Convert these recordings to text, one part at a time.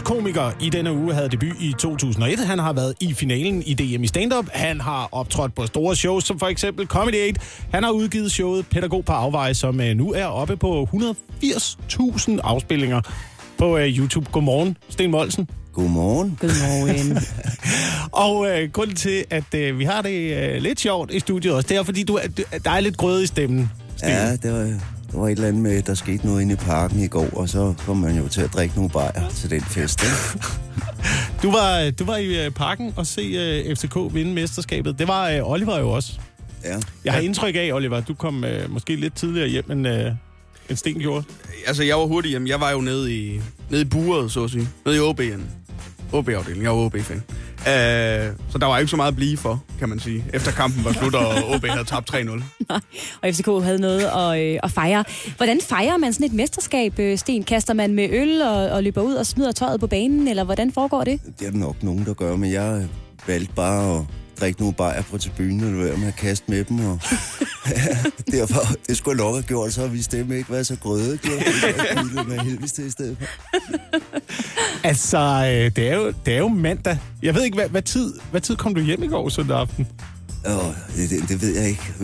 stand-up-komiker i denne uge havde debut i 2001. Han har været i finalen i DM i stand-up. Han har optrådt på store shows, som for eksempel Comedy 8. Han har udgivet showet Pædagog på afveje, som nu er oppe på 180.000 afspillinger på YouTube. Godmorgen, Sten Moldsen. Godmorgen. Godmorgen. Og grunden til, at vi har det lidt sjovt i studiet også, det er, fordi der er lidt grød i stemmen, Sten. Ja, det var et eller andet med, der skete noget inde i parken i går, og så kom man jo til at drikke nogle bajer til den fest. Du var i parken og se FCK vinde mesterskabet. Det var Oliver jo også. Ja. Jeg har indtryk af, Oliver, du kom måske lidt tidligere hjem, end Sten gjorde. Altså, jeg var hurtigt hjem. Jeg var jo nede i buret, så at sige. Nede i OB-afdelingen. Jeg var OB-fan. Så der var ikke så meget at blive for, kan man sige. Efter kampen var slut, og OB havde tabt 3-0. Nej, og FCK havde noget at fejre. Hvordan fejrer man sådan et mesterskab, Sten? Kaster man med øl og løber ud og smider tøjet på banen, eller hvordan foregår det? Det er der nok nogen, der gør, men jeg valgte bare at drikke nogle bajer på tribunen, og være med at kaste med dem, og derfor, det skulle jeg nok have gjort, så har vi stemme ikke været så grøde. Det med helvedes til i stedet for. Altså, det er jo mandag. Jeg ved ikke, hvad tid kom du hjem i går søndag aften? Det ved jeg ikke.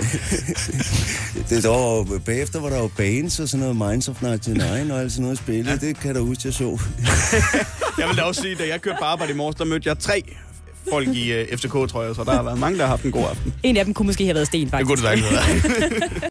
Bagefter var der jo bands og sådan noget Minds of 99 og alt sådan noget at spille. Ja. Det kan der huske, jeg så. Jeg vil da også sige, da jeg kørte på arbejde i morges, der mødte jeg 3 folk i FCK, tror jeg, så der har været mange, der har haft en god aften. En af dem kunne måske have været Sten, faktisk. Det kunne det da ikke være.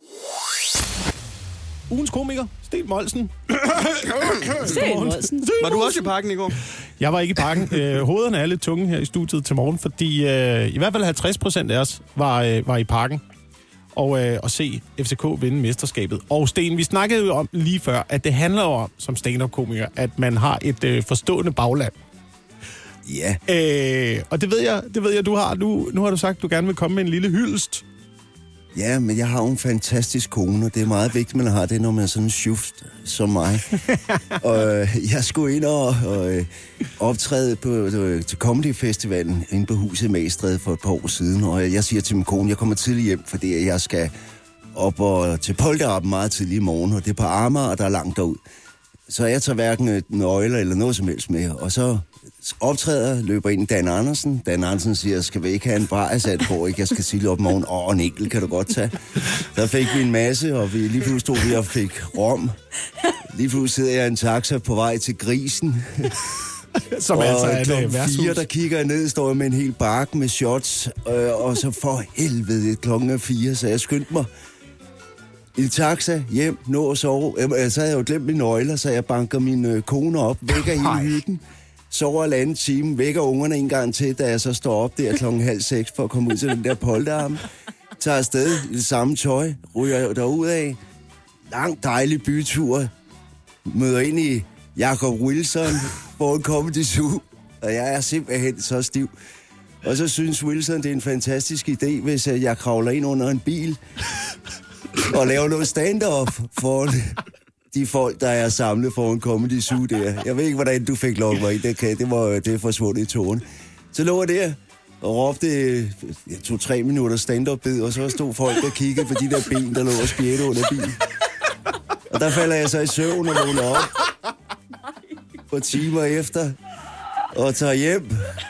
Ugens komiker, Sten Moldsen. Sten Moldsen. Var du også i parken i går? Jeg var ikke i parken. Hovederne er lidt tunge her i studiet til morgen, fordi i hvert fald 50% af os var i parken og se FCK vinde mesterskabet. Og Sten, vi snakkede jo om lige før, at det handler om, som stand-up-komiker, at man har et forstående bagland. Ja. Og det ved jeg, du har. Nu har du sagt, at du gerne vil komme med en lille hyldest. Ja, men jeg har jo en fantastisk kone, og det er meget vigtigt, man har det, når man er sådan en schuft som mig. Og jeg skulle ind og optræde til Comedy Festivalen inde på Huset i Magstræde for et par år siden, og jeg siger til min kone, jeg kommer tidligt hjem, fordi jeg skal op og til Polterappen meget tidligt i morgen, og det er på Amager, og der er langt derud. Så jeg tager hverken nøgler eller noget som helst med, og så optræder, løber ind Dan Andersen. Dan Andersen siger, skal vi ikke have en brajesat på, ikke? Jeg skal sige op morgen. En enkelt kan du godt tage. Der fik vi en masse, og lige pludselig stod vi og fik rom. Lige pludselig sidder jeg i en taxa på vej til Grisen. Som og altså er det værtshus. 4, der kigger jeg ned, står jeg med en hel bakke med shots, og så for helvede, klokken 4, så jeg skyndte mig i taxa, hjem, nå at sove. Så havde jeg jo glemt mine nøgler, så jeg banker min kone op, vækker hele hytten, sover 1,5 time, vækker ungerne en gang til, da jeg så står op der 5:30 for at komme ud til den der polterarm. Tager afsted i det samme tøj, ryger derudad. Lang dejlig bytur. Møder ind i Jacob Wilson, hvor han kommer til Zoo. Og jeg er simpelthen så stiv. Og så synes Wilson, det er en fantastisk idé, hvis jeg kravler ind under en bil og laver noget stand-up for de folk, der er samlet for en Comedy Zoo der. Jeg ved ikke, hvordan du fik lukket mig ind. Det er forsvundet i tårne. Så lå jeg der og råbte 2-3 minutter stand-up-bid, og så stod folk og kiggede på de der ben, der lå og spjætte under bilen. Og der falder jeg så i søvn og vågner op på timer efter og tager hjem.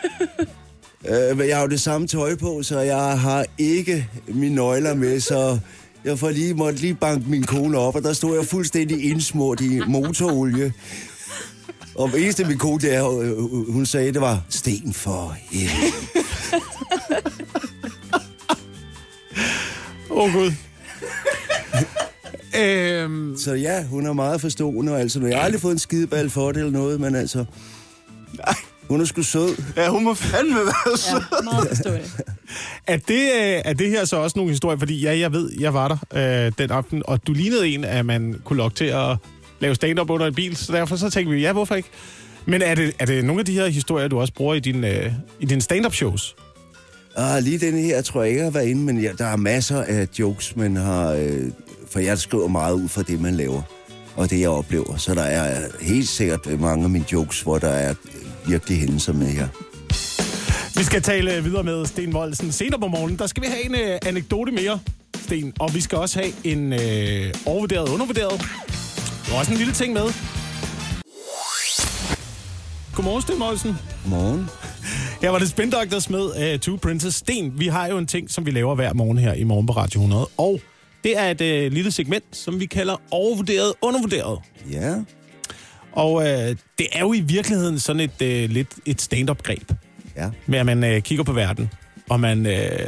Men jeg har jo det samme tøj på, så jeg har ikke mine nøgler med, så jeg måtte lige banke min kone op, og der stod jeg fuldstændig indsmurt i motorolie. Og det eneste min kone der, hun sagde, det var Sten for helvede. Gud. Så ja, hun er meget forstående, og altså, jeg har aldrig fået en skideball for det eller noget, men altså, hun er sgu sød. Ja, hun må fandme være sød. Ja, meget forstående. Er det her så også nogle historier? Fordi jeg ved, jeg var der den aften, og du lignede en, at man kunne lokke til at lave stand-up under en bil, så derfor så tænkte vi, ja, hvorfor ikke? Men er det nogle af de her historier, du også bruger i dine stand-up-shows? Lige denne her tror jeg ikke har været inde, men der er masser af jokes, man har... for jeg skriver meget ud fra det, man laver, og det, jeg oplever. Så der er helt sikkert mange af mine jokes, hvor der er virkelig hændelser med her. Vi skal tale videre med Sten Moldsen senere på morgenen. Der skal vi have en anekdote mere, Sten. Og vi skal også have en overvurderet og undervurderet. Der er også en lille ting med. Godmorgen, Sten Mogensen. Morgen. Her var det Spin Doctors med Two Princess. Sten, vi har jo en ting, som vi laver hver morgen her i Morgen på Radio 100. Og det er et lille segment, som vi kalder overvurderet, undervurderet. Ja. Og det er jo i virkeligheden sådan lidt et stand-up-greb. Ja. Med at man kigger på verden, og man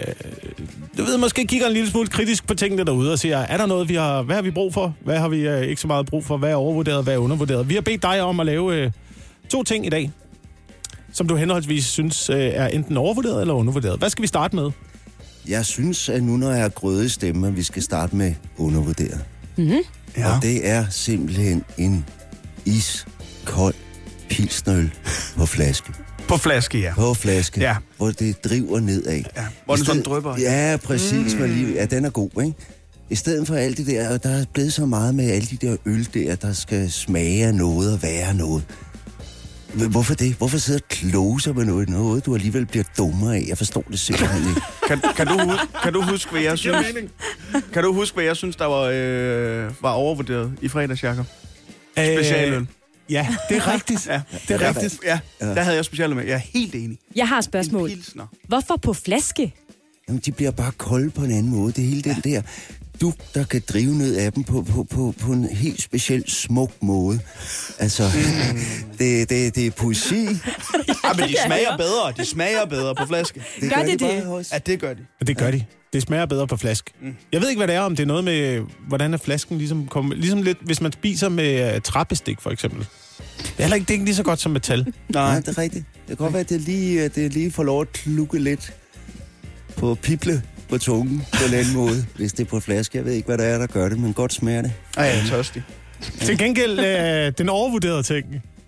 måske kigger en lille smule kritisk på tingene derude og siger, er der noget, hvad har vi brug for? Hvad har vi ikke så meget brug for? Hvad er overvurderet? Hvad er undervurderet? Vi har bedt dig om at lave 2 ting i dag, som du henholdsvis synes er enten overvurderet eller undervurderet. Hvad skal vi starte med? Jeg synes, at nu når jeg har grøde stemme, vi skal starte med undervurderet. Mm-hmm. Ja. Og det er simpelthen en iskold pilsnøl på flaske. På flaske, ja. På flaske, Ja. hvor det driver nedad. Ja, hvor den sådan drypper. Ja, præcis. Ja, den er god, ikke? I stedet for alt det der er blevet så meget med alle de der øl der skal smage af noget og være noget. Hvorfor det? Hvorfor sidder og kloser med noget, du alligevel bliver dummere af? Jeg forstår det simpelthen ikke. Kan du huske, hvad jeg synes? Kan du huske, hvad jeg synes, der var overvurderet i fredags, Jacob? Specialøl. Ja, det er rigtigt. Ja, det er rigtigt. Ja, der havde jeg specialøl med. Jeg er helt enig. Jeg har et spørgsmål. Hvorfor på flaske? Jamen, de bliver bare kolde på en anden måde. Det hele den der der kan drive ned af dem på en helt speciel smuk måde. Altså, det er poesi. Ja, men de smager bedre. De smager bedre på flaske. Gør de det? Ja, det gør de. Det gør de. Det smager bedre på flaske. Jeg ved ikke, hvad det er, om det er noget med, hvordan er flasken ligesom kommer. Ligesom lidt, hvis man spiser med træbestik, for eksempel. Det er ikke lige så godt som metal. Nej, det er rigtigt. Det kan godt være, at det lige får lov at klukke lidt på pible på tungen på en anden måde, hvis det er på flaske. Jeg ved ikke, hvad der er, der gør det, men godt smager det. Ej, jeg er tørstig. Til gengæld, den overvurderede ting.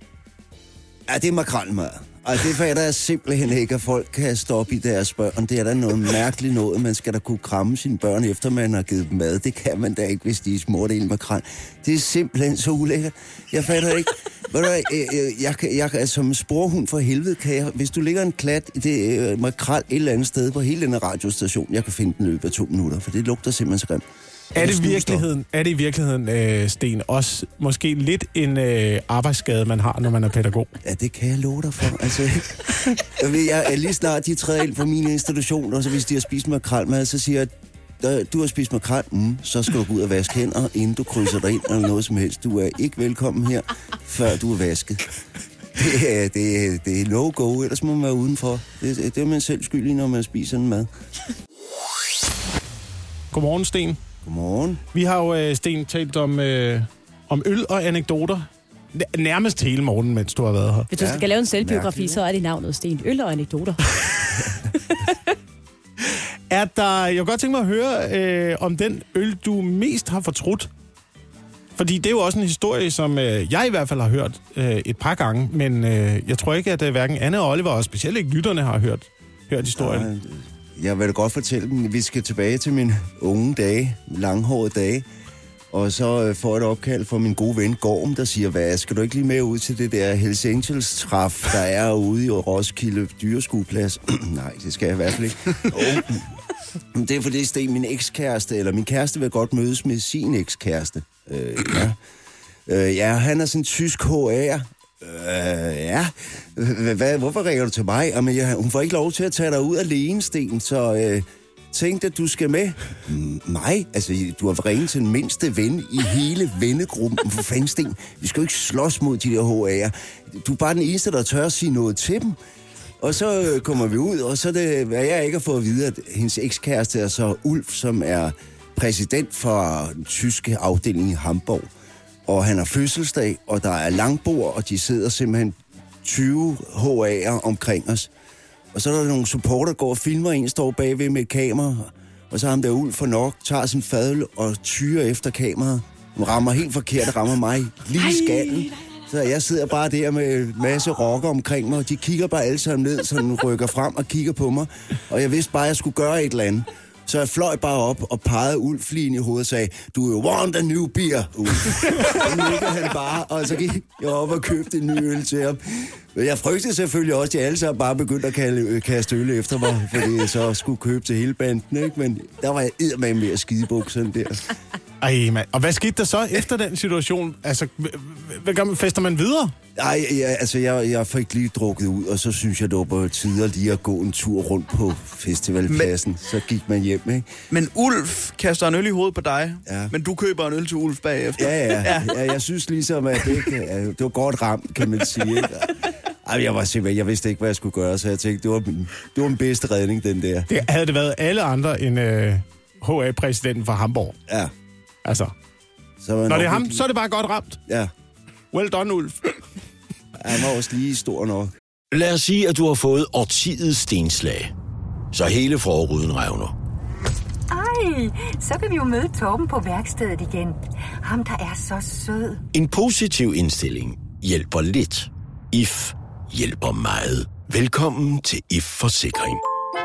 Ja, det er makrelmad. Og det fatter jeg simpelthen ikke, at folk kan stoppe i deres børn. Det er da noget mærkeligt noget. Man skal da kunne kramme sine børn, efter man har givet dem mad. Det kan man da ikke, hvis de er smurt i en makrel. Det er simpelthen så ulækkert. Jeg fatter ikke. Jeg som sporhund for helvede, hvis du lægger en klat i det makrel et eller andet sted på hele den radiostation, jeg kan finde den i løbet af 2 minutter, for det lugter simpelthen så grimt. Er det i virkeligheden, Sten, også måske lidt en arbejdsskade, man har, når man er pædagog? Ja, det kan jeg love dig for. Altså, jeg er lige snart, de træder ind på min institution, og så hvis de har spist makrelmad, så siger jeg, du har spist makrel, så skal du gå ud og vaske hænder, inden du krydser dig ind eller noget som helst. Du er ikke velkommen her, før du er vasket. Det er no-go, ellers må man være udenfor. Det er man selv skyldig, når man spiser en mad. Godmorgen, Sten. Godmorgen. Vi har jo, Sten, talt om øl og anekdoter. Nærmest hele morgenen, mens du har været her. Hvis du skal lave en selvbiografi, så er det navnet Sten. Øl og anekdoter. Jeg kunne godt tænke mig at høre om den øl, du mest har fortrudt. Fordi det er jo også en historie, som jeg i hvert fald har hørt et par gange. Men jeg tror ikke, at hverken Anne og Oliver, og specielt ikke lytterne, har hørt historien. Jeg vil da godt fortælle dem, vi skal tilbage til mine unge dage, langhårede dage. Og så får jeg et opkald fra min gode ven Gorm, der siger, hvad, skal du ikke lige med ud til det der Hells Angels-træf, der er ude i Roskilde dyreskueplads? Nej, det skal jeg i hvert fald ikke. Det er fordi, det er min ekskæreste, eller min kæreste vil godt mødes med sin ekskæreste. Ja, han er sådan en tysk HR. Ja. Hvorfor ringer du til mig? Jamen, hun får ikke lov til at tage dig ud alene, Sten, så tænkte, at du skal med. Mig? Altså, du har ringet til den mindste ven i hele vennegruppen. For fanden, Sten, vi skal jo ikke slås mod de der HR'er. Du er bare den eneste, der tør at sige noget til dem. Og så kommer vi ud, og så det, hvad jeg ikke har fået at vide, at hendes ekskæreste er så Ulf, som er præsident for den tyske afdeling i Hamburg. Og han har fødselsdag, og der er langbord, og de sidder simpelthen 20 HA'er omkring os. Og så er der nogle supporter, der går og filmer, en står bagved med et kamera, og så ham der Ulf for nok, tager sin fadøl og tyrer efter kameraet. Hun rammer helt forkert, rammer mig lige i skallen. Så jeg sidder bare der med en masse rocker omkring mig, og de kigger bare alle sammen ned, så den rykker frem og kigger på mig. Og jeg vidste bare, at jeg skulle gøre et eller andet. Så jeg fløj bare op og pegede Ulf lige ind i hovedet og sagde, du er jo want a new beer, Ulf. Og nu nikkede han bare, og så gik jeg op og købte en ny øl til ham. Men jeg frygtede selvfølgelig også, at jeg alle sammen bare begyndte at kaste øl efter mig, fordi jeg så skulle købe til hele banden, ikke? Men der var jeg eddermame med at skide bukserne der. Ej, mand. Og hvad skete der så efter den situation? Altså, hvad gør man? Fester man videre? Nej, jeg fik lige drukket ud, og så synes jeg, det var på tide lige at gå en tur rundt på festivalpladsen. Så gik man hjem, ikke? Men Ulf kaster en øl i hovedet på dig, ja. Men du køber en øl til Ulf bagefter. Ja, jeg synes ligesom, at det var godt ramt, kan man sige, ikke? Ej, jeg vidste ikke, hvad jeg skulle gøre, så jeg tænkte, det var den bedste redning, den der. Det havde det været alle andre end HA-præsidenten fra Hamburg. Ja. Altså, når det er ham, så er det bare godt ramt. Ja. Well done, Ulf. Han var også lige stor nok. Lad os sige, at du har fået årtidets stenslag. Så hele forruden revner. Ej, så kan vi jo møde Torben på værkstedet igen. Ham, der er så sød. En positiv indstilling hjælper lidt. IF hjælper meget. Velkommen til IF Forsikring.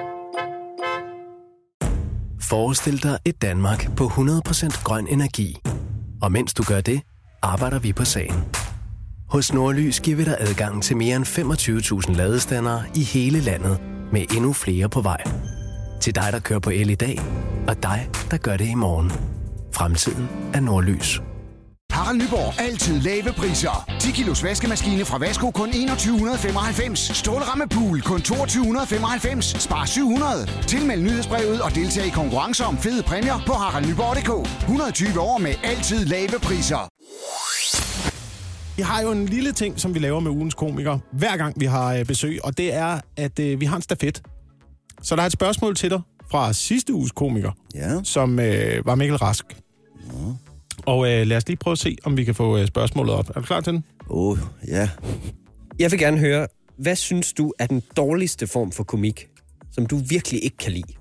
Forestil dig et Danmark på 100% grøn energi. Og mens du gør det, arbejder vi på sagen. Hos Nordlys giver vi dig adgang til mere end 25.000 ladestandere i hele landet, med endnu flere på vej. Til dig, der kører på el i dag, og dig, der gør det i morgen. Fremtiden er Nordlys. Harald Nyborg. Altid lave priser. 10 kilos vaskemaskine fra Vasko kun 2195. Stålramme pool kun 2295. Spar 700. Tilmeld nyhedsbrevet og deltag i konkurrencer om fede præmier på haraldnyborg.dk. 120 år med altid lave priser. Vi har jo en lille ting, som vi laver med ugens komiker, hver gang vi har besøg, og det er, at vi har en stafet. Så der er et spørgsmål til dig fra sidste uges komiker, som var Mikkel Rask. Ja. Og lad os lige prøve at se, om vi kan få spørgsmålet op. Er du klar til den? Ja. Jeg vil gerne høre, hvad synes du er den dårligste form for komik, som du virkelig ikke kan lide?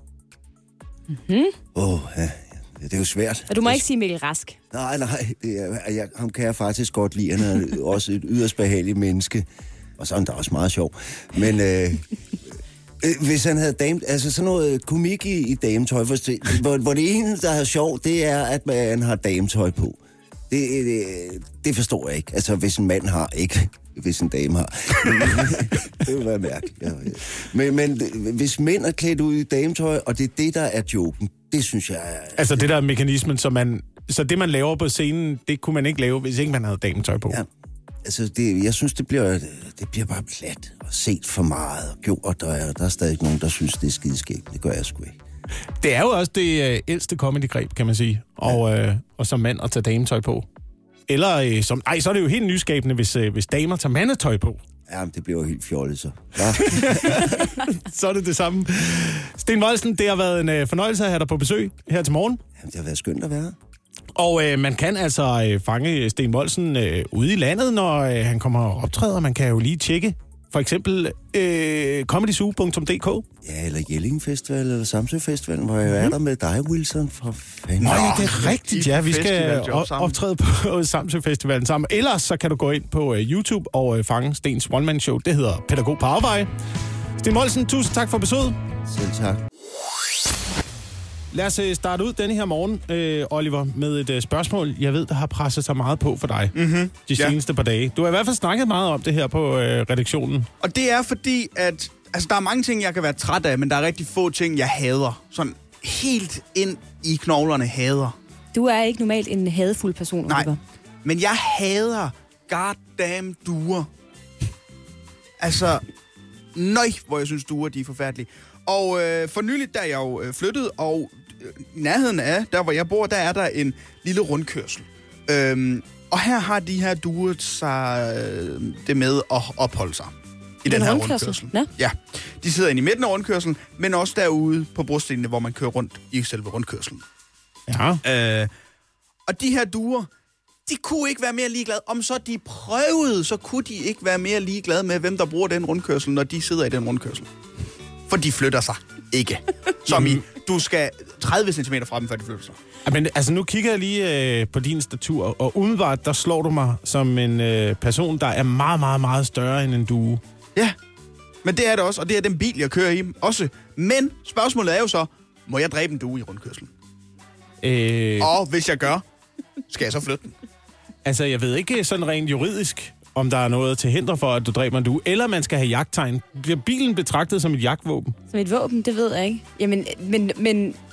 Ja. Det er jo svært. Og du må ikke sige Mikkel Rask. Nej. Ham kan jeg faktisk godt lide. Han er også et yderst behageligt menneske. Og så er han da også meget sjov. Men hvis han havde sådan noget komik i dametøj, hvor det eneste, der er sjov, det er, at man har dametøj på. Det forstår jeg ikke. Altså, hvis en mand har, ikke hvis en dame har. Det vil være mærkeligt. Men hvis mænd er klædt ud i dametøj, og det er det, der er joken, det synes jeg er... Altså det der mekanismen, så det man laver på scenen, det kunne man ikke lave, hvis ikke man havde dametøj på. Ja. Altså, jeg synes, det bliver bare plat og set for meget og gjort, og der er stadig nogen, der synes, det er skideskægt. Det gør jeg sgu ikke. Det er jo også det ældste comedy-greb, kan man sige, og som mand at tage dametøj på. Eller så er det jo helt nyskabende, hvis damer tager mandetøj på. Ja, det bliver jo helt fjollet, så. Ja. Så er det samme. Sten Woldsen, det har været en fornøjelse at have dig på besøg her til morgen. Jamen, det har været skønt at være. Og man kan altså fange Sten Woldsen ude i landet, når han kommer og optræder. Man kan jo lige tjekke, for eksempel comedyzoo.dk. Ja, eller Jelling Festival, eller Samsø Festival, hvor jeg er der med dig, Wilson, for fanden. Nå, det er rigtigt, ja. Vi skal optræde på Samsø Festivalen sammen. Ellers så kan du gå ind på YouTube og fange Stens one-man-show. Det hedder Pædagog på Afveje. Sten Woldsen, tusind tak for besøget. Selv tak. Lad os starte ud denne her morgen, Oliver, med et spørgsmål, jeg ved, der har presset sig meget på for dig de seneste par dage. Du har i hvert fald snakket meget om det her på redaktionen. Og det er fordi, at der er mange ting, jeg kan være træt af, men der er rigtig få ting, jeg hader. Sådan helt ind i knoglerne hader. Du er ikke normalt en hadefuld person, Oliver. Nej, men jeg hader goddamn duer. Altså, hvor jeg synes duer, de er forfærdelige. Og for nyligt, der er jeg jo flyttet, og i nærheden af, der hvor jeg bor, der er der en lille rundkørsel. Og her har de her duer sig det med at opholde sig i den her rundkørsel. Ja, de sidder inde i midten af rundkørselen, men også derude på brostenene, hvor man kører rundt i selve rundkørselen. Ja. Og de her duer, de kunne ikke være mere ligeglade. Om så de prøvede, så kunne de ikke være mere ligeglade med, hvem der bruger den rundkørsel, når de sidder i den rundkørsel. For de flytter sig ikke. Som i, du skal 30 cm fra dem, før de flytter sig. Men altså, nu kigger jeg lige på din statur, og umiddelbart, der slår du mig som en person, der er meget, meget, meget større end en due. Ja, men det er det også, og det er den bil, jeg kører i også. Men spørgsmålet er jo så, må jeg dræbe en due i rundkørslen? Og hvis jeg gør, skal jeg så flytte den? Altså, jeg ved ikke sådan rent juridisk, om der er noget til hinder for, at du dræber en due, eller man skal have jagttegn. Bliver bilen betragtet som et jagtvåben? Som et våben, det ved jeg ikke. Jamen, men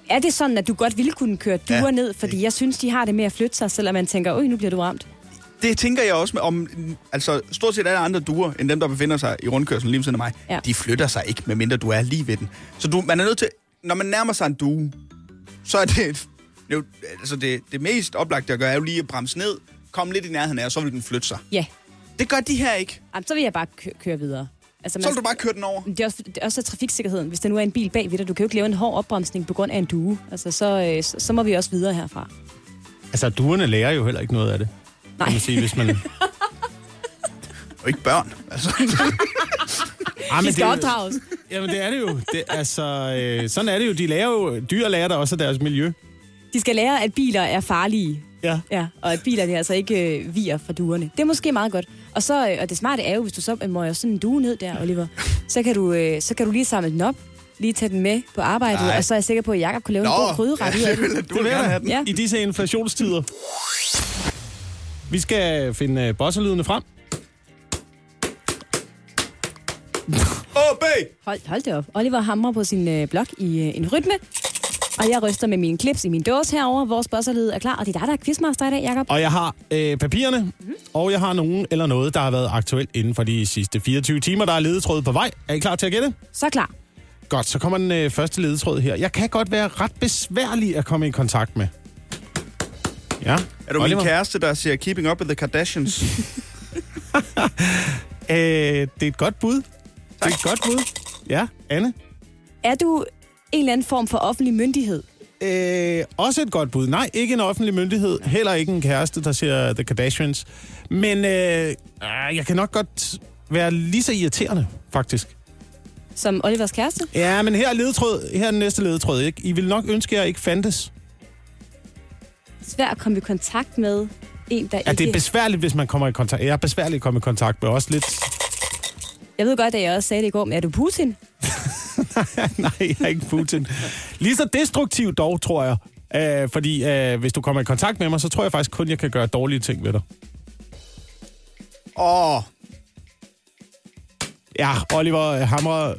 Er det sådan, at du godt ville kunne køre duer ned? Fordi jeg synes, de har det med at flytte sig, selvom man tænker, nu bliver du ramt. Det tænker jeg også om, altså stort set alle andre duer, end dem, der befinder sig i rundkørslen lige ved siden af mig, de flytter sig ikke, medmindre du er lige ved den. Så man er nødt til, når man nærmer sig en due, så er det mest oplagte at gøre, er jo lige at bremse ned, komme lidt i nærheden af, og så vil den flytte sig. Ja. Det gør de her ikke. Jamen, så vil jeg bare køre videre. Altså, så vil du bare køre den over? Det er også trafiksikkerheden. Hvis der nu er en bil bagved dig, du kan jo ikke lave en hård opbremsning på grund af en due. Altså, så må vi også videre herfra. Altså, duerne lærer jo heller ikke noget af det. Nej. Kan man sige, hvis man... Og ikke børn, altså. De skal opdrages. Jamen, det er det jo. Sådan er det jo. Dyr lærer der også af deres miljø. De skal lære, at biler er farlige. Ja. Og at bilerne altså ikke viger fra duerne. Det er måske meget godt. Og det smarte er jo, hvis du så må sådan en due ned der, Oliver, så kan du lige samle den op, lige tage den med på arbejdet, og så er jeg sikker på, at Jacob kunne lave en god krydderret ud af det. Du vil have den i disse inflationstider. Vi skal finde bosserlydene frem. OB! Hold det op. Oliver hamrer på sin blok i en rytme, og jeg ryster med mine clips i min dåse herover. Vores bosserlyd er klar, og det er dig, der er quizmaster i dag, Jacob. Og jeg har papirerne, og jeg har nogen eller noget, der har været aktuelt inden for de sidste 24 timer. Der er ledetråd på vej. Er I klar til at gætte? Så klar. Godt, så kommer den første ledetråd her. Jeg kan godt være ret besværlig at komme i kontakt med. Ja. Er du Oliver? Min kæreste, der siger Keeping Up with the Kardashians? Det er et godt bud. Tak. Det er et godt bud. Ja, Anne? Er du en eller anden form for offentlig myndighed? Også et godt bud. Nej, ikke en offentlig myndighed. Heller ikke en kæreste, der siger The Kardashians. Men jeg kan nok godt være lige så irriterende, faktisk. Som Olivers kæreste? Ja, men her er den næste ledetråd. Ikke? I vil nok ønske, at jeg ikke fandtes. Svært at komme i kontakt med en, der ikke... Ja, det er besværligt, hvis man kommer i kontakt. Jeg er besværligt at komme i kontakt med også lidt... Jeg ved godt, at jeg også sagde det i går, men er du Putin? Nej, jeg er ikke Putin. Lige så destruktivt dog, tror jeg. Fordi hvis du kommer i kontakt med mig, så tror jeg faktisk kun, jeg kan gøre dårlige ting ved dig. Ja, Oliver Hamre.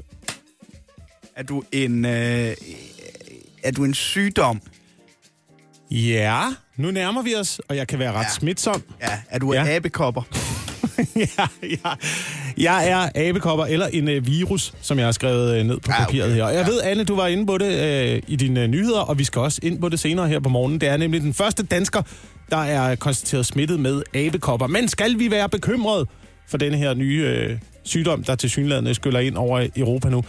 Er du en sygdom? Ja, nu nærmer vi os, og jeg kan være ret smitsom. Ja, er du en abekopper? Jeg er abekopper eller en virus, som jeg har skrevet ned på papiret her. Og jeg ved, Anne, du var inde på det i dine nyheder, og vi skal også ind på det senere her på morgenen. Det er nemlig den første dansker, der er konstateret smittet med abekopper. Men skal vi være bekymrede for denne her nye sygdom, der tilsyneladende skyller ind over Europa nu?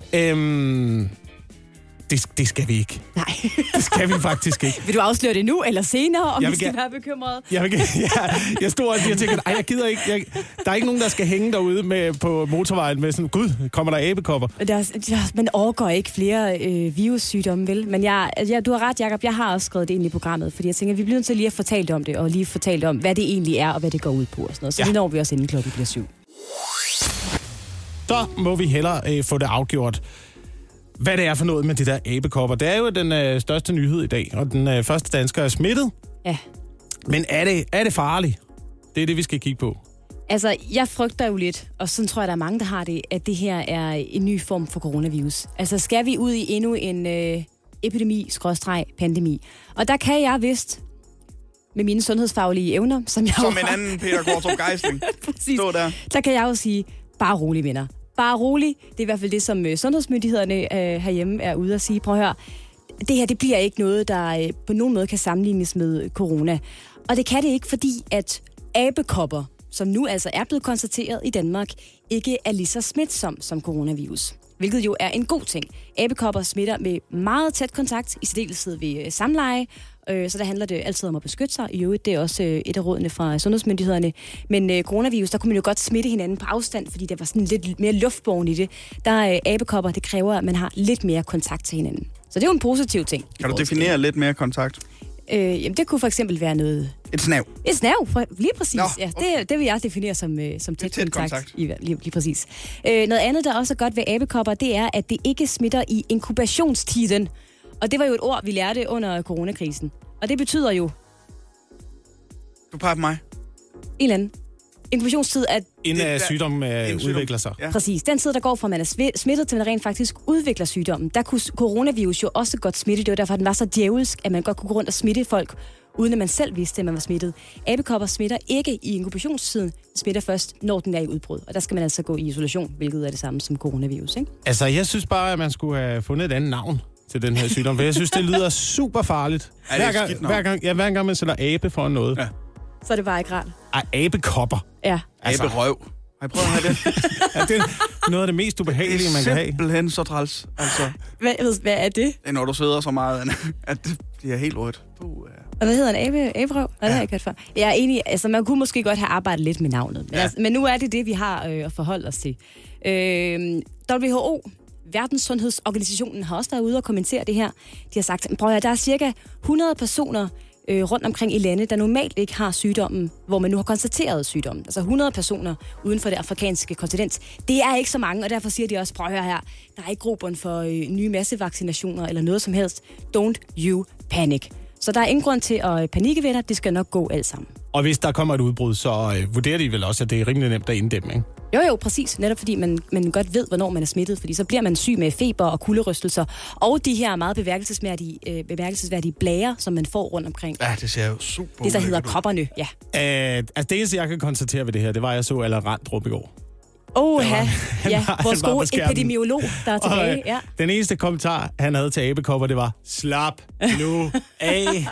Det skal vi ikke. Nej. Det skal vi faktisk ikke. Vil du afsløre det nu eller senere, om vi skal være bekymrede? Jeg stod og tænkte, jeg gider ikke. Der er ikke nogen, der skal hænge derude på motorvejen med sådan, gud, kommer der abekopper? Man overgår ikke flere virussygdomme, vel? Men du har ret, Jacob. Jeg har også skrevet det ind i programmet, fordi jeg tænker, vi bliver nødt til lige at fortælle om det, og lige fortælle om, hvad det egentlig er, og hvad det går ud på. Og sådan noget. Så det når vi også inden klokken bliver 7. Så må vi hellere få det afgjort. Hvad det er for noget med de der abekopper. Det er jo den største nyhed i dag, og den første dansker er smittet. Ja. Men er det farligt? Det er det, vi skal kigge på. Altså, jeg frygter jo lidt, og sådan tror jeg, der er mange, der har det, at det her er en ny form for coronavirus. Altså, skal vi ud i endnu en epidemi/pandemi? Og der kan jeg vist, med mine sundhedsfaglige evner, som en anden Peter Kortrup Geisling. Præcis. Der kan jeg jo sige, bare rolig, venner. Bare rolig. Det er i hvert fald det, som sundhedsmyndighederne herhjemme er ude at sige. Prøv at høre, det her det bliver ikke noget, der på nogen måde kan sammenlignes med corona. Og det kan det ikke, fordi at abekopper, som nu altså er blevet konstateret i Danmark, ikke er lige så smitsom som coronavirus. Hvilket jo er en god ting. Abekopper smitter med meget tæt kontakt, i særdeleshed ved samleje, så der handler det altid om at beskytte sig. I øvrigt, det er også et af rådene fra sundhedsmyndighederne. Men coronavirus, der kunne man jo godt smitte hinanden på afstand, fordi der var sådan lidt mere luftborgen i det. Der er abekopper, det kræver, at man har lidt mere kontakt til hinanden. Så det er jo en positiv ting. Kan du definere lidt mere kontakt? Jamen, det kunne for eksempel være noget... Et snav. Et snav, lige præcis. Nå, okay. Ja, det vil jeg definere som tæt kontakt. Lige præcis. Noget andet, der også er godt ved abekopper, det er, at det ikke smitter i inkubationstiden. Og det var jo et ord, vi lærte under coronakrisen. Og det betyder jo... Du peger på mig. En eller anden. Inkubationstid er... Inden sygdommen udvikler sig. Ja. Præcis. Den tid, der går fra, man er smittet, til man rent faktisk udvikler sygdommen. Der kunne coronavirus jo også godt smitte. Det var derfor, den var så djævelsk, at man godt kunne gå rundt og smitte folk, uden at man selv vidste, at man var smittet. Abekopper smitter ikke i inkubationstiden. Den smitter først, når den er i udbrud. Og der skal man altså gå i isolation, hvilket er det samme som coronavirus, ikke? Altså, jeg synes bare, at man skulle have fundet et andet navn til den her sygdom, for jeg synes, det lyder super farligt. Hver gang man sætter abe for noget. Ja. Så er det bare ikke rart. Abekopper. Ja. Altså, aberøv. Har I prøvet at have det? Ja, det er noget af det mest ubehagelige, man kan have. Simpelthen så træls. Altså, hvad er det? Det er, når du sidder så meget, at det bliver helt rødt. Og hvad hedder en aberøv? Det har jeg ikke hørt før. Jeg er enig, altså man kunne måske godt have arbejdet lidt med navnet. Men, men nu er det, vi har at forholde os til. WHO, Verdenssundhedsorganisationen, har også været ude og kommentere det her. De har sagt, prøv at der er cirka 100 personer rundt omkring i lande, der normalt ikke har sygdommen, hvor man nu har konstateret sygdommen. Altså 100 personer uden for det afrikanske kontinent. Det er ikke så mange, og derfor siger de også, prøv at høre her, der er ikke grobund for nye massevaccinationer eller noget som helst. Don't you panic. Så der er ingen grund til at panikke ved dig. Det skal nok gå alt sammen. Og hvis der kommer et udbrud, så vurderer de vel også, at det er rimelig nemt at inddæmme, ikke? Jo, præcis. Netop fordi man godt ved, hvornår man er smittet. Fordi så bliver man syg med feber og kulderystelser. Og de her meget bemærkelsesværdige blærer, som man får rundt omkring. Ja, det ser jo super. Det, der hedder kopperne, ja. Altså det eneste, jeg kan konstatere ved det her, det var, at jeg så Allan Randrup i går. Vores gode epidemiolog, der er tilbage. Ja. Den eneste kommentar, han havde til abekopper, det var, slap nu af.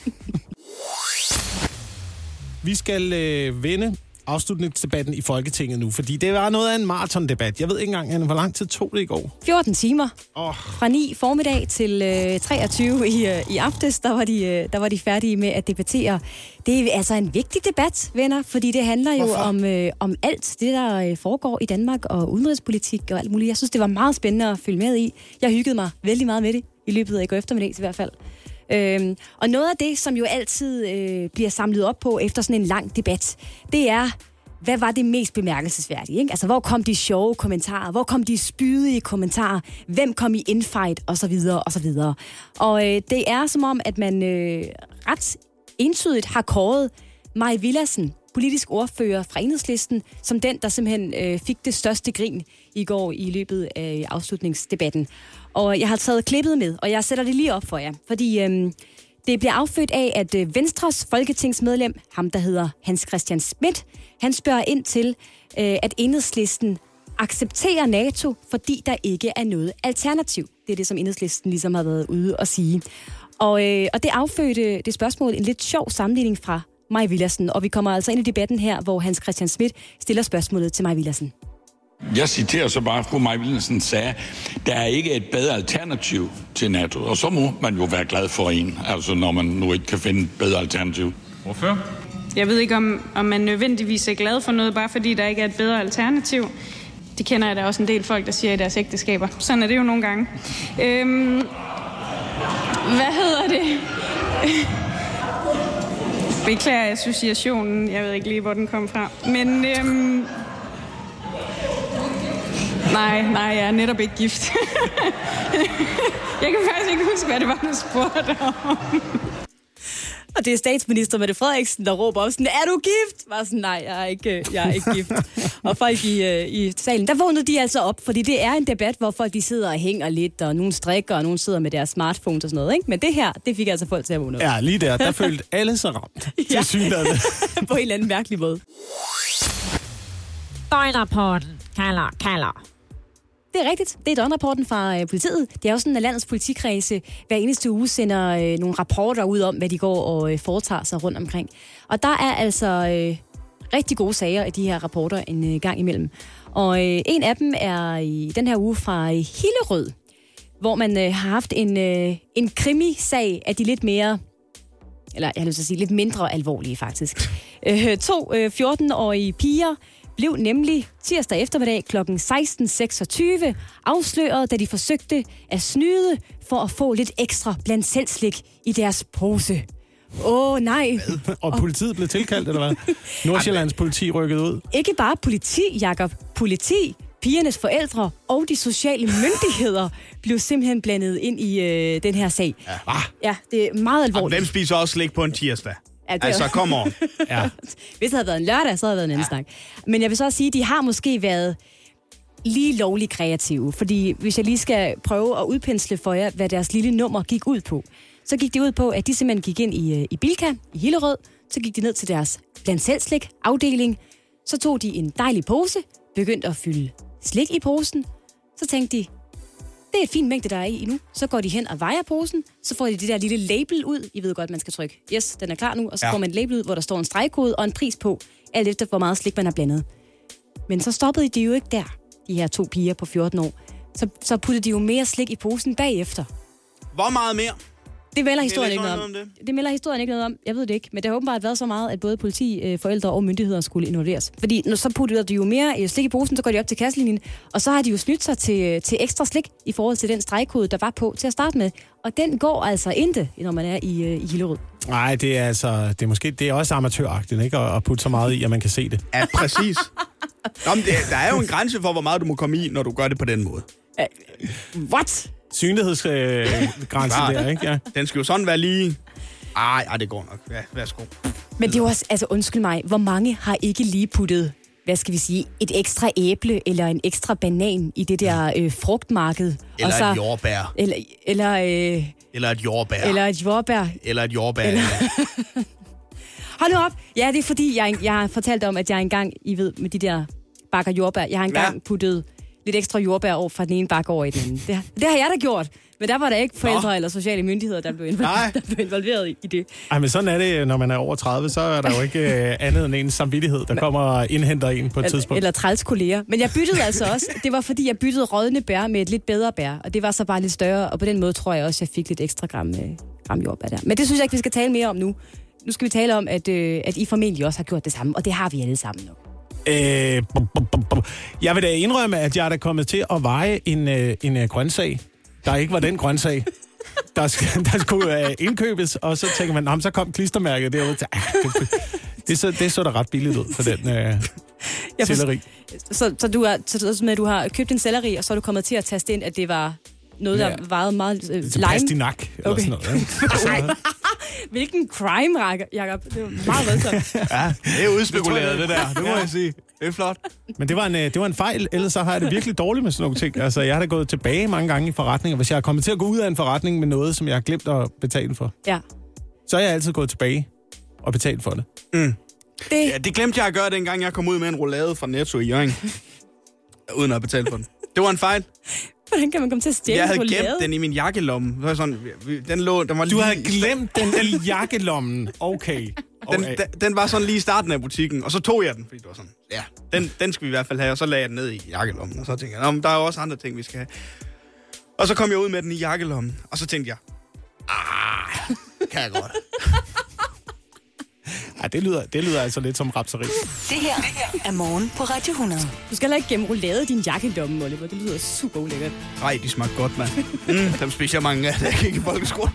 Vi skal vende afslutningsdebatten i Folketinget nu, fordi det var noget af en maratondebat. Jeg ved ikke engang, hvor lang tid tog det i går? 14 timer. Fra 9 formiddag til 23 i aftes, der var de færdige med at debattere. Det er altså en vigtig debat, venner, fordi det handler jo om alt det, der foregår i Danmark og udenrigspolitik og alt muligt. Jeg synes, det var meget spændende at følge med i. Jeg hyggede mig vældig meget med det i løbet af i går eftermiddag i hvert fald. Og noget af det, som jo altid bliver samlet op på efter sådan en lang debat, det er, hvad var det mest bemærkelsesværdige? Ikke? Altså, hvor kom de sjove kommentarer? Hvor kom de spydige kommentarer? Hvem kom i infight? Og så videre, og så videre. Og det er som om, at man ret entydigt har kåret Mai Villadsen, politisk ordfører fra Enhedslisten, som den, der simpelthen fik det største grin i går i løbet af afslutningsdebatten. Og jeg har taget klippet med, og jeg sætter det lige op for jer, fordi det bliver affødt af, at Venstres folketingsmedlem, ham der hedder Hans Christian Schmidt, han spørger ind til, at Enhedslisten accepterer NATO, fordi der ikke er noget alternativ. Det er det, som Enhedslisten ligesom har været ude at sige. Og det affødte det spørgsmål en lidt sjov sammenligning fra Mai Villadsen, og vi kommer altså ind i debatten her, hvor Hans Christian Schmidt stiller spørgsmålet til Mai Villadsen. Jeg citerer så bare, fru Mai Villadsen sagde, der er ikke et bedre alternativ til NATO, og så må man jo være glad for en, altså når man nu ikke kan finde et bedre alternativ. Hvorfor? Jeg ved ikke, om man nødvendigvis er glad for noget, bare fordi der ikke er et bedre alternativ. Det kender jeg da også en del folk, der siger i deres ægteskaber. Sådan er det jo nogle gange. Hvad hedder det? Beklager associationen. Jeg ved ikke lige, hvor den kom fra. Men nej, jeg er netop ikke gift. Jeg kan faktisk ikke huske, hvad det var, du spurgte om. Og det er statsminister Mette Frederiksen, der råber op sådan, er du gift? Var sådan, nej, jeg er ikke gift. Og folk i salen, der vågnede de altså op, fordi det er en debat, hvor folk de sidder og hænger lidt, og nogen strikker, og nogen sidder med deres smartphones og sådan noget, ikke? Men det her, det fik altså folk til at vågne op. Ja, lige der følte alle sig ramt. Ja. På en eller anden mærkelig måde. Døgnrapporten kalder. Det er rigtigt. Det er døgnrapporten fra politiet. Det er jo sådan, at landets politikredse hver eneste uge sender nogle rapporter ud om, hvad de går og foretager sig rundt omkring. Og der er altså rigtig gode sager i de her rapporter en gang imellem. Og en af dem er i den her uge fra Hillerød, hvor man har haft en krimisag af de lidt mere, eller jeg vil sige lidt mindre alvorlige faktisk. 2 14-årige piger blev nemlig tirsdag eftermiddag kl. 16.26 afsløret, da de forsøgte at snyde for at få lidt ekstra blandt selv slik i deres pose. Nej. Og politiet blev tilkaldt, eller hvad? Nordsjællands politi rykkede ud. Ikke bare politi, Jakob. Politi, pigernes forældre og de sociale myndigheder blev simpelthen blandet ind i den her sag. Ja, det er meget alvorligt. Og hvem spiser også slik på en tirsdag? Ja, det Altså, kom on. Ja. Hvis det havde været en lørdag, så havde det været en anden snak. Men jeg vil så også sige, at de har måske været lige lovligt kreative. Fordi hvis jeg lige skal prøve at udpensle for jer, hvad deres lille nummer gik ud på, så gik det ud på, at de simpelthen gik ind i Bilka i Hillerød, så gik de ned til deres blandt selv slik afdeling, så tog de en dejlig pose, begyndte at fylde slik i posen, så tænkte de, det er et fint mængde, der er i nu. Så går de hen og vejer posen, så får de det der lille label ud. I ved godt, man skal trykke, yes, den er klar nu, og så får man et label ud, hvor der står en stregkode og en pris på, alt efter hvor meget slik man har blandet. Men så stoppede de jo ikke der, de her 2 piger på 14 år. Så puttede de jo mere slik i posen bagefter. Hvor meget mere? Det melder historien ikke noget om. Det melder historien ikke noget om. Jeg ved det ikke. Men det har åbenbart været så meget, at både politi, forældre og myndigheder skulle involveres. Fordi når så putter de jo mere slik i posen, så går de op til kasselinjen. Og så har de jo snydt sig til ekstra slik i forhold til den stregkode, der var på til at starte med. Og den går altså ikke, når man er i Hillerød. Nej, det er også amatøragtigt, ikke? At putte så meget i, at man kan se det. Ja, præcis. Jamen, der er jo en grænse for, hvor meget du må komme i, når du gør det på den måde. What? Synlighedsgrænse der, ikke? Ja. Den skal jo sådan være lige... Ej, det går nok. Ja, værsgo. Men det er jo også, altså undskyld mig, hvor mange har ikke lige puttet, hvad skal vi sige, et ekstra æble eller en ekstra banan i det der frugtmarked? Eller og så, et jordbær. Eller et jordbær. Eller et jordbær. Eller et jordbær. Hold nu op. Ja, det er fordi, jeg har fortalt om, at jeg engang, I ved, med de der bakker jordbær, jeg har engang puttet lidt ekstra jordbær over fra den ene bakke over i den anden. Det har jeg da gjort. Men der var der ikke forældre eller sociale myndigheder, der blev involveret i det. Ej, men sådan er det, når man er over 30, så er der jo ikke andet end en samvittighed, der kommer og indhenter en på et tidspunkt. Eller træls kolleger. Men jeg byttede altså også. Det var fordi, jeg byttede rådne bær med et lidt bedre bær. Og det var så bare lidt større. Og på den måde tror jeg også, jeg fik lidt ekstra gram jordbær der. Men det synes jeg ikke, vi skal tale mere om nu. Nu skal vi tale om, at I formentlig også har gjort det samme. Og det har vi alle sammen nu. Jeg vil da indrømme, at jeg er da kommet til at veje en grøntsag, der ikke var den grøntsag, der skulle indkøbes, og så tænker man, så kom klistermærket derude. Det så da ret billigt ud for den selleri. Så du har købt en selleri, og så er du kommet til at taste ind, at det var noget, der vejede meget lime? Pastinak, eller sådan noget. Hvilken crime, Jacob. Det var meget voldsomt. Ja, det er udspekuleret, det der. Det må jeg sige. Det er flot. Men det var en fejl, ellers så har jeg det virkelig dårligt med sådan nogle ting. Altså, jeg har da gået tilbage mange gange i forretninger. Hvis jeg er kommet til at gå ud af en forretning med noget, som jeg har glemt at betale for, så er jeg altid gået tilbage og betalt for det. Mm. Det glemte jeg at gøre, dengang jeg kom ud med en roulade fra Netto i Hjørring. Uden at betale for den. Det var en fejl. Hvordan kan man komme til at stjæle roulade? Jeg havde gemt den i min jakkelomme. Det var sådan, den var du havde glemt den i jakkelommen? Okay. Den var sådan lige i starten af butikken, og så tog jeg den, fordi det var sådan, ja, den skal vi i hvert fald have, og så lagde jeg den ned i jakkelommen, og så tænkte jeg, der er jo også andre ting, vi skal have. Og så kom jeg ud med den i jakkelommen, og så tænkte jeg, kan jeg godt. Ja, det lyder altså lidt som rapseri. Det her er morgen på Radio 100. Du skal heller ikke gemme roulade i din jakkelomme, Oliver. Det lyder super ulækkert. Nej, de smagte godt, mand. Dem spiser jeg mange af, da jeg gik i folkeskole.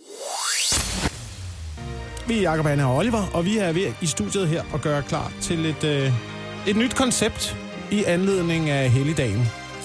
Vi er Jacob, Anna og Oliver, og vi er ved i studiet her og gøre klar til et nyt koncept i anledning af helligdagen.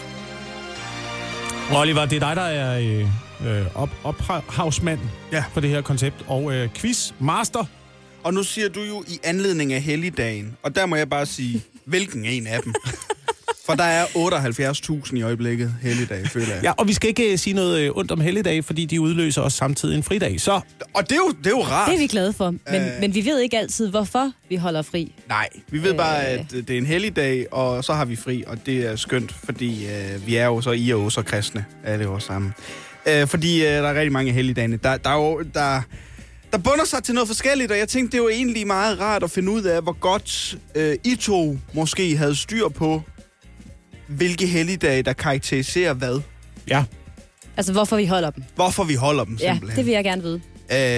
Oliver, det er dig, der er ophavsmand for det her koncept, og quizmaster. Og nu siger du jo i anledning af helligdagen, og der må jeg bare sige, hvilken en af dem? For der er 78.000 i øjeblikket helligdage, føler jeg. Ja, og vi skal ikke sige noget ondt om helligdage, fordi de udløser også samtidig en fridag. Så. Og det er jo rart. Det er vi glade for, men vi ved ikke altid, hvorfor vi holder fri. Nej, vi ved bare, at det er en helligdag, og så har vi fri, og det er skønt, fordi vi er jo så I og så kristne, alle jo sammen. Fordi der er rigtig mange helligdage. Der bunder sig til noget forskelligt, og jeg tænkte, det var egentlig meget rart at finde ud af, hvor godt I to måske havde styr på, hvilke helligdage, der karakteriserer hvad. Ja. Altså, hvorfor vi holder dem. Hvorfor vi holder dem, simpelthen. Ja, det vil jeg gerne vide.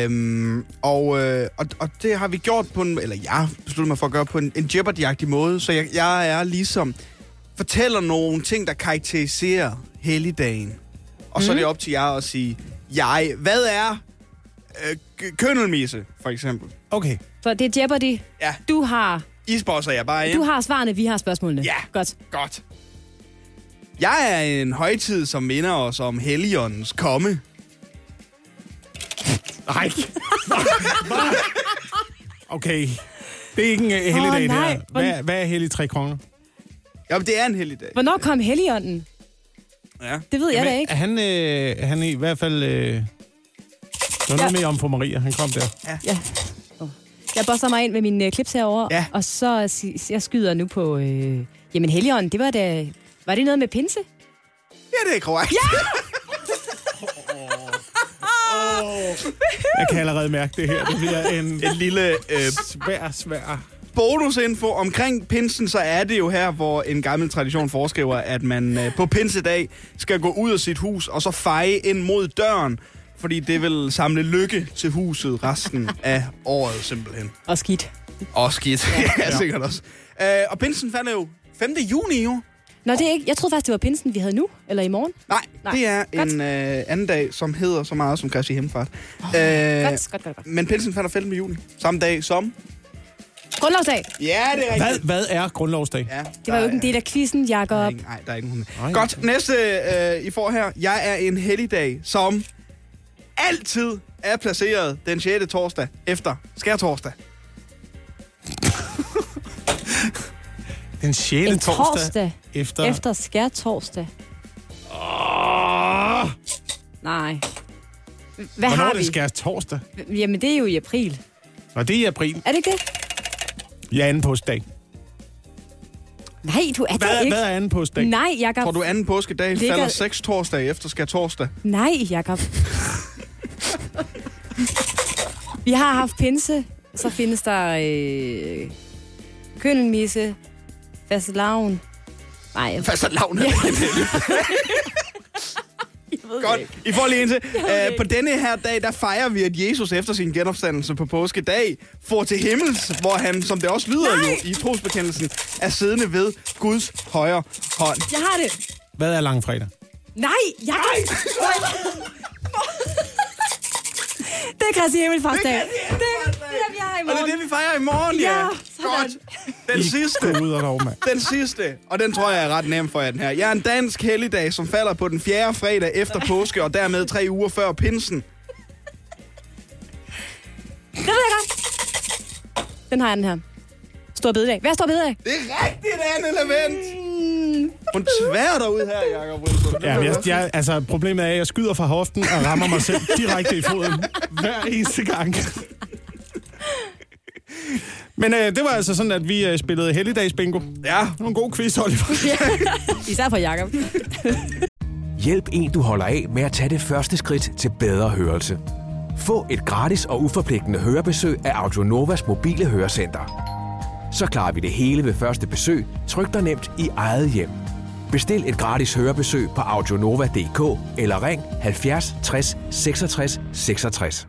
Og det har vi gjort på jeg besluttede mig for at gøre på en Jeopardy-agtig måde, så jeg er ligesom fortæller nogle ting, der karakteriserer helligdagen. Og så er det op til jer at sige, hvad er køndelmisse, for eksempel? Okay. Så det er Jeopardy. Ja. Du har... Isbosser jeg bare ind. Du har svarene, vi har spørgsmålene. Ja. Godt. Jeg er en højtid, som minder os om Helligåndens komme. Nej. Okay. Det er ikke en helligdag, det nej. her. Hvad er hellig tre konger? Ja, det er en helligdag. Hvornår kom Helligånden? Ja. Det ved jeg da ikke. Han er i hvert fald... Det var noget med om for Maria. Han kom der. Ja. Jeg bosser mig ind med min klips herovre, og så jeg skyder nu på... jamen, Helligånden, det var da... Var det noget med pinse? Ja, det er korrekt. Ja! Jeg kan allerede mærke det her. Det bliver en lille svær bonusinfo omkring pinsen, så er det jo her, hvor en gammel tradition foreskriver, at man på pinsedag skal gå ud af sit hus og så feje ind mod døren, fordi det vil samle lykke til huset resten af året simpelthen. Og skidt. Og skidt, ja, sikkert også. Og pinsen fandt jo 5. juni i år. Nå, det er ikke. Jeg troede faktisk, det var pinsen, vi havde nu, eller i morgen. Nej. Det er en anden dag, som hedder så meget som Kristi Himmelfart. Godt. Men pinsen falder 5. juni. Samme dag som... Grundlovsdag. Ja, det er rigtigt. Hvad er grundlovsdag? Ja, det var jo ikke en del af quizzen, Jacob. Nej, der er ikke nogen. Godt, næste I får her. Jeg er en helligdag, som altid er placeret den 6. torsdag efter skærtorsdag. Den 6. torsdag efter skærtorsdag. Nej. Hvad Hvornår har er det vi? skærtorsdag? Jamen, det er jo i april. Og det er i april. Er det ikke det? Ja, anden påskedag. Nej, du er det ikke. Hvad er anden påskedag? Nej, Jacob. Tror du anden påskedag falder 6 torsdag efter skærtorsdag? Nej, Jacob. Vi har haft pinse, så findes der køndelmisse, fastelavn. Nej. Fastelavn er det. Godt, I får lige en til. På denne her dag, der fejrer vi, at Jesus efter sin genopstandelse på påskedag får til himmels, hvor han, som det også lyder jo i trosbekendelsen, er siddende ved Guds højre hånd. Jeg har det. Hvad er langfredag? Nej, Jacob. Det er Kristi Himmelfartsdag. Det er vi har i morgen. Og det er det, vi fejrer i morgen, ja. Godt. Den sidste. Den sidste, og den tror jeg er ret nem for jer, den her. Jeg er en dansk helligdag, som falder på den 4. fredag efter påske, og dermed 3 uger før pinsen. Det ved jeg godt. Den har jeg, den her. Stor bededag. Hvad er stor bededag? Det er rigtigt, Anne Levent. Hun tværer dig ud her, Jacob. Ja, altså, problemet er, at jeg skyder fra hoften og rammer mig selv direkte i foden hver eneste gang. Men det var altså sådan, at vi spillede helligdagsbingo. Ja. En god quiz, Oliver. Ja. Især for Jacob. Hjælp en, du holder af med at tage det første skridt til bedre hørelse. Få et gratis og uforpligtende hørebesøg af Audionovas mobile hørecenter. Så klarer vi det hele ved første besøg, tryk dig nemt i eget hjem. Bestil et gratis hørebesøg på audionova.dk eller ring 70 60 66 66.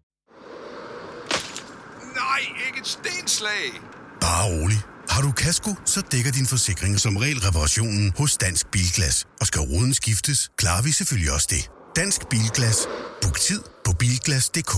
Nej, ikke et stenslag! Bare rolig. Har du kasko, så dækker din forsikring som regel reparationen hos Dansk Bilglas. Og skal ruden skiftes, klarer vi selvfølgelig også det. Dansk Bilglas. Book tid på bilglas.dk.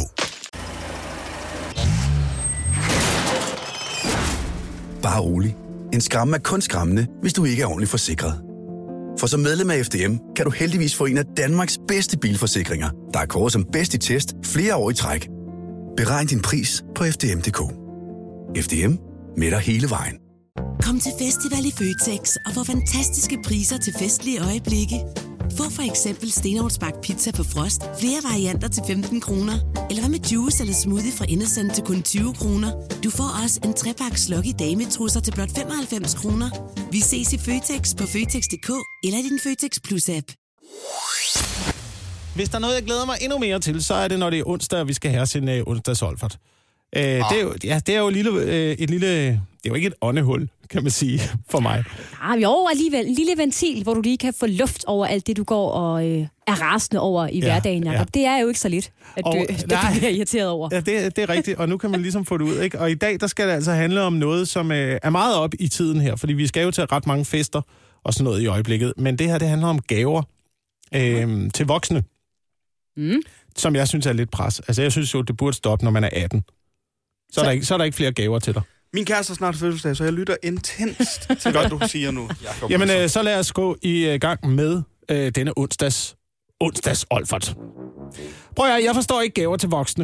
Bare rolig. En skræmme er kun skræmmende, hvis du ikke er ordentligt forsikret. For som medlem af FDM kan du heldigvis få en af Danmarks bedste bilforsikringer, der er kåret som bedst i test flere år i træk. Beregn din pris på FDM.dk. FDM med dig hele vejen. Kom til festival i Føtex og få fantastiske priser til festlige øjeblikke. Få for eksempel stenovnsbagt pizza på frost, flere varianter til 15 kroner. Eller hvad med juice eller smoothie fra Innocent til kun 20 kroner. Du får også en 3-pakke Sluggy dametrusser til blot 95 kroner. Vi ses i Føtex på Føtex.dk eller i din Føtex Plus-app. Hvis der er noget, jeg glæder mig endnu mere til, så er det, når det er onsdag, og vi skal have sin onsdagsolfert. Det er jo et lille... Det er jo ikke et åndehul, kan man sige, for mig. Jo, alligevel. En lille ventil, hvor du lige kan få luft over alt det, du går og er rasende over i hverdagen, Jacob. Ja. Det er jo ikke så lidt, at du bliver irriteret over. Ja, det er rigtigt, og nu kan man ligesom få det ud, ikke? Og i dag, der skal det altså handle om noget, som er meget op i tiden her, fordi vi skal jo til ret mange fester og sådan noget i øjeblikket. Men det her, det handler om gaver til voksne, som jeg synes er lidt pres. Altså, jeg synes jo, det burde stoppe, når man er 18. Så er der ikke flere gaver til dig. Min kæreste har snart fødselsdag, så jeg lytter intenst til, hvad du siger nu, Jacob. Jamen, så lad os gå i gang med denne onsdags Olfert. Prøv at jeg forstår ikke gaver til voksne.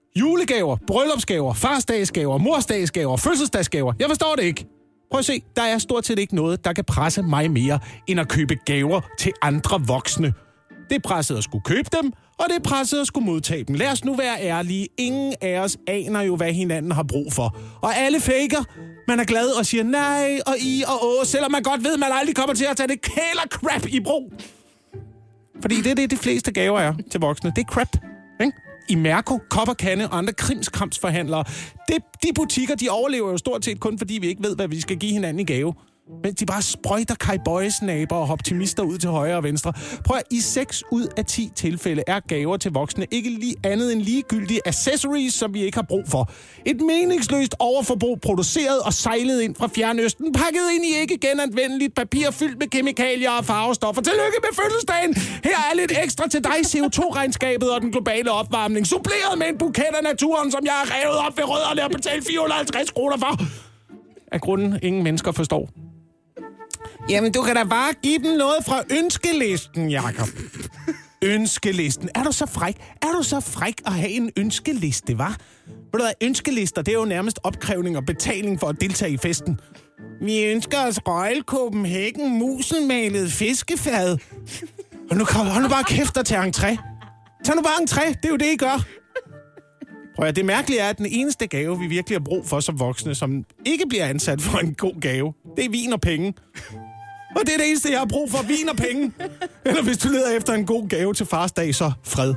Julegaver, bryllupsgaver, farsdagsgaver, morsdagsgaver, fødselsdagsgaver. Jeg forstår det ikke. Prøv at se, der er stort set ikke noget, der kan presse mig mere, end at købe gaver til andre voksne. Det er presset at skulle købe dem, og det er presset at skulle modtage dem. Lad os nu være ærlige. Ingen af os aner jo, hvad hinanden har brug for. Og alle faker. Man er glad og siger nej og i og åh, selvom man godt ved, at man aldrig kommer til at tage det kæler-crap i brug. Fordi det er det, de fleste gaver er til voksne. Det er crap, ikke? I Mærko, Kop og Kande og andre krimskramsforhandlere. De butikker, de overlever jo stort set kun, fordi vi ikke ved, hvad vi skal give hinanden i gave. Men de bare sprøjter kajbøjesnaber og optimister ud til højre og venstre. Prøv at i 6 ud af 10 tilfælde er gaver til voksne ikke lige andet end ligegyldige accessories, som vi ikke har brug for. Et meningsløst overforbrug produceret og sejlet ind fra Fjernøsten, pakket ind i ikke genanvendeligt papir fyldt med kemikalier og farvestoffer. Tillykke med fødselsdagen! Her er lidt ekstra til dig, CO2-regnskabet og den globale opvarmning. Suppleret med en buket af naturen, som jeg har revet op ved rødderne og betalt 450 kroner for. Af grunden ingen mennesker forstår. Jamen, du kan da bare give dem noget fra ønskelisten, Jakob. Ønskelisten. Er du så fræk at have en ønskeliste, hva'? Ved du hvad, ønskelister, det er jo nærmest opkrævning og betaling for at deltage i festen. Vi ønsker os Royal Copenhagen muselmalet fiskefad. Hold nu bare kæft og tag entré. Tag nu bare entré, det er jo det, I gør. Prøv at det mærkelige er, at den eneste gave, vi virkelig har brug for som voksne, som ikke bliver ansat for en god gave, det er vin og penge. Og det er det eneste, jeg har brug for, vin og penge. Eller hvis du leder efter en god gave til fars dag, så fred.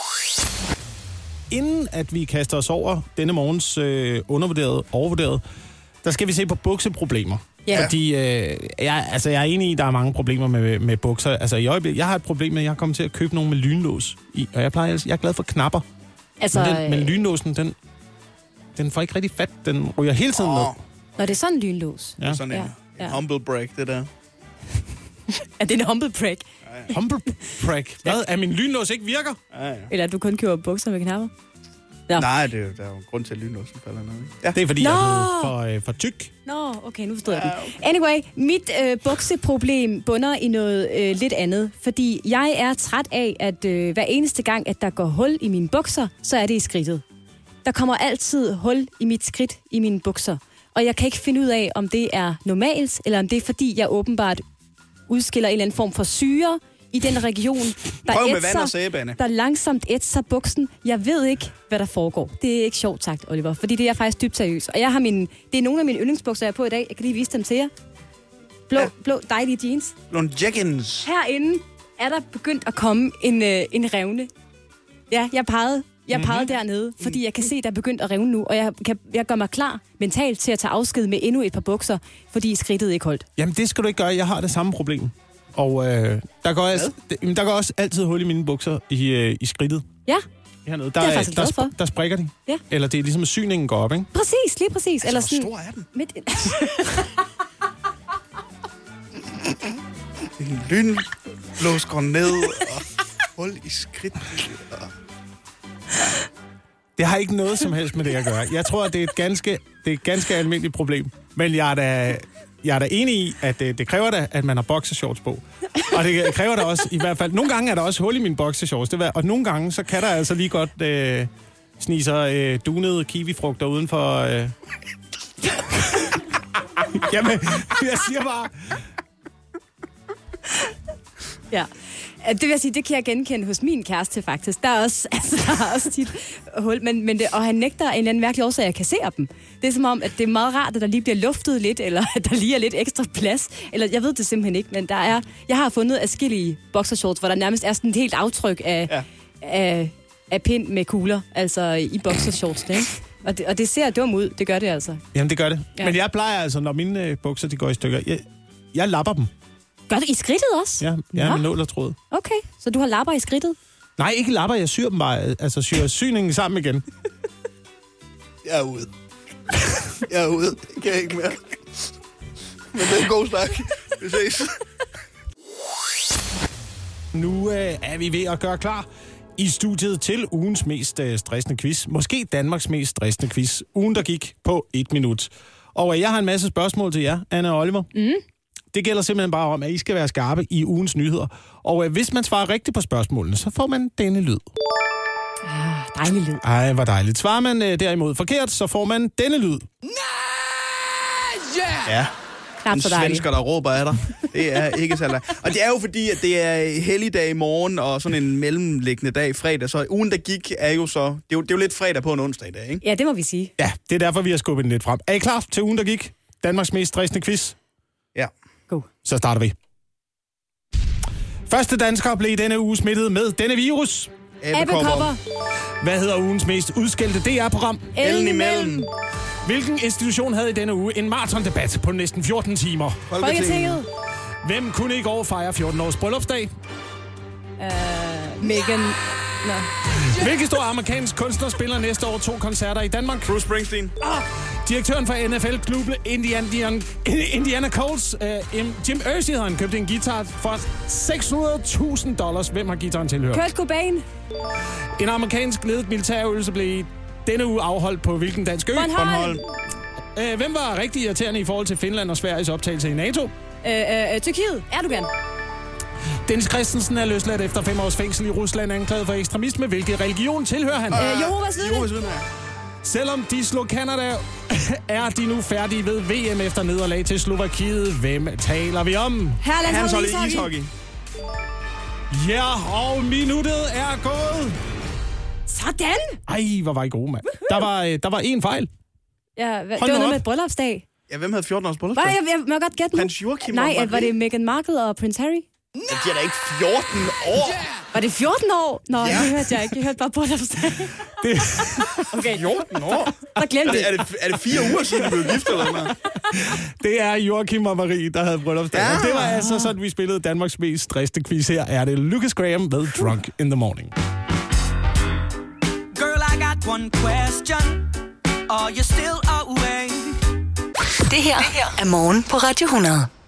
Inden at vi kaster os over denne morgens overvurderet, der skal vi se på bukseproblemer. Ja. Fordi jeg er enig i, at der er mange problemer med bukser. Altså i øjeblikket, jeg har et problem med, at jeg kommer til at købe nogle med lynlås i. Og jeg er glad for knapper. Altså, men lynlåsen, den får ikke rigtig fat. Den ryger hele tiden ned. Når det er sådan en lynlås. Ja. Sådan en humble break, det der. Er det en humble break? Ja. Humble break? Hvad? At min lynlås ikke virker? Ja. Eller at du kun køber bukser med knapper? Ja. Nej, der er jo en grund til, at lynlåsen falder ned. Ja. Det er, fordi jeg er blevet for tyk. Nå, okay, nu forstår jeg det. Anyway, mit bukseproblem bunder i noget lidt andet. Fordi jeg er træt af, at hver eneste gang, at der går hul i mine bukser, så er det i skridtet. Der kommer altid hul i mit skridt i mine bukser. Og jeg kan ikke finde ud af, om det er normalt, eller om det er, fordi jeg åbenbart udskiller en eller anden form for syre i den region, der langsomt ætser buksen. Jeg ved ikke, hvad der foregår. Det er ikke sjovt sagt, Oliver, fordi det er faktisk dybt seriøst. Og jeg har det er nogle af mine yndlingsbukser, jeg har på i dag. Jeg kan lige vise dem til jer. Blå dejlige jeans. Blå jeggings. Herinde er der begyndt at komme en revne. Ja, jeg pegede dernede, fordi jeg kan se, der er begyndt at revne nu, og jeg gør mig klar mentalt til at tage afsked med endnu et par bukser, fordi skridtet ikke holdt. Jamen, det skal du ikke gøre. Jeg har det samme problem. Og der går også altid hul i mine bukser i skridtet. Ja, hernede. Det er jeg faktisk glad for. Der sprikker de. Ja. Eller det er ligesom, at syningen går op, ikke? Lige præcis. Eller sådan, hvor stor er den? En lynlås går ned, og hul i skridt. Det har ikke noget som helst med det at gøre. Jeg tror, at det er et ganske almindeligt problem. Men jeg er da enig i, at det kræver da, at man har boxershorts på. Og det kræver da også, i hvert fald, nogle gange er der også hul i mine boxershorts. Og nogle gange, så kan der altså lige godt snige sig dunede kiwifrugter uden for... Jamen, jeg siger bare... Ja. Det vil jeg sige, det kan jeg genkende hos min kæreste faktisk. Der er også tit hul, men og han nægter en eller anden mærkelig årsag, jeg kan se dem. Det er som om, at det er meget rart, at der lige bliver luftet lidt, eller at der lige er lidt ekstra plads. Eller jeg ved det simpelthen ikke, men jeg har fundet adskillige boxershorts, hvor der nærmest er sådan et helt aftryk af pind med kugler, altså i boxershorts, ikke? Og det ser dumt ud, det gør det altså. Jamen, det gør det. Ja. Men jeg plejer altså, når mine bukser de går i stykker, jeg lapper dem. Gør du i skridtet også? Ja, med nål og tråd. Okay, så du har lapper i skridtet? Nej, ikke lapper, jeg syr dem bare. Altså syr syningen sammen igen. Jeg er ude. Det kan jeg ikke mere. Men det er en god snak. Vi ses. Nu er vi ved at gøre klar i studiet til ugens mest stressende quiz. Måske Danmarks mest stressende quiz. Ugen, der gik på 1 minut. Og jeg har en masse spørgsmål til jer, Anna og Oliver. Det gælder simpelthen bare om, at I skal være skarpe i ugens nyheder. Og hvis man svarer rigtigt på spørgsmålene, så får man denne lyd. Dejlig lyd. Ej, hvor dejligt. Svarer man derimod forkert, så får man denne lyd. Ja. En svensker, der råber af dig. Det er ikke så langt. Og det er jo fordi, at det er helligdag i morgen, og sådan en mellemliggende dag, fredag. Så ugen, der gik, er jo så... Det er jo lidt fredag på en onsdag i dag, ikke? Ja, det må vi sige. Ja, det er derfor, vi har skubbet den lidt frem. Er I klar til ugen, der gik? Danmarks mest stressende quiz? Ja. God. Så starter vi. Første dansker blev denne uge smittet med denne virus. Æbekopper. Hvad hedder ugens mest udskældte DR-program? Ellen imellem. Hvilken institution havde i denne uge en maratondebat på næsten 14 timer? Folketinget. Hvem kunne i går fejre 14 års bryllupsdag? Megan... Nå. Hvilken stor amerikansk kunstner spiller næste år 2 koncerter i Danmark? Bruce Springsteen. Direktøren for NFL-klubben Indiana Colts, Jim Irsay, han købte en guitar for $600,000. Hvem har guitaren tilhørt? Kurt Cobain. En amerikansk ledet militærøvelse blev denne uge afholdt på hvilken dansk ø? Bornholm. Hvem var rigtig irriterende i forhold til Finland og Sveriges optagelse i NATO? Tyrkiet. Erdogan. Dennis Christensen er løsladt efter 5 års fængsel i Rusland, anklaget for ekstremisme. Hvilken religion tilhører han? Jehovas vidne. Selvom de slog Canada, er de nu færdige ved VM efter nederlag til Slovakiet. Hvem taler vi om? Herlandsholdet ishockey. Ja, og minuttet er gået. Sådan. Ej, hvor var I gode, mand. Der var én fejl. Ja, det var noget med bryllupsdag. Ja, hvem havde 14 års bryllupsdag? Jeg må godt gætte nu. Prins Joachim. Nej, var det Meghan Markle og Prince Harry? Ja, de er da ikke 14 år. Var det 14 år? Nå, det hørte jeg ikke. Jeg hørte bare bryllupsdag. Okay. 14 år? Så glemte det. Er det 4 uger siden, du blev gift, eller hvad? Det er Joachim og Marie, der havde bryllupsdag. Ja. Og det var altså sådan, vi spillede Danmarks mest stressende quiz. Her er det Lucas Graham med Drunk in the Morning. Girl, I got one question. Are you still awake? Det her er Morgen på Radio 100.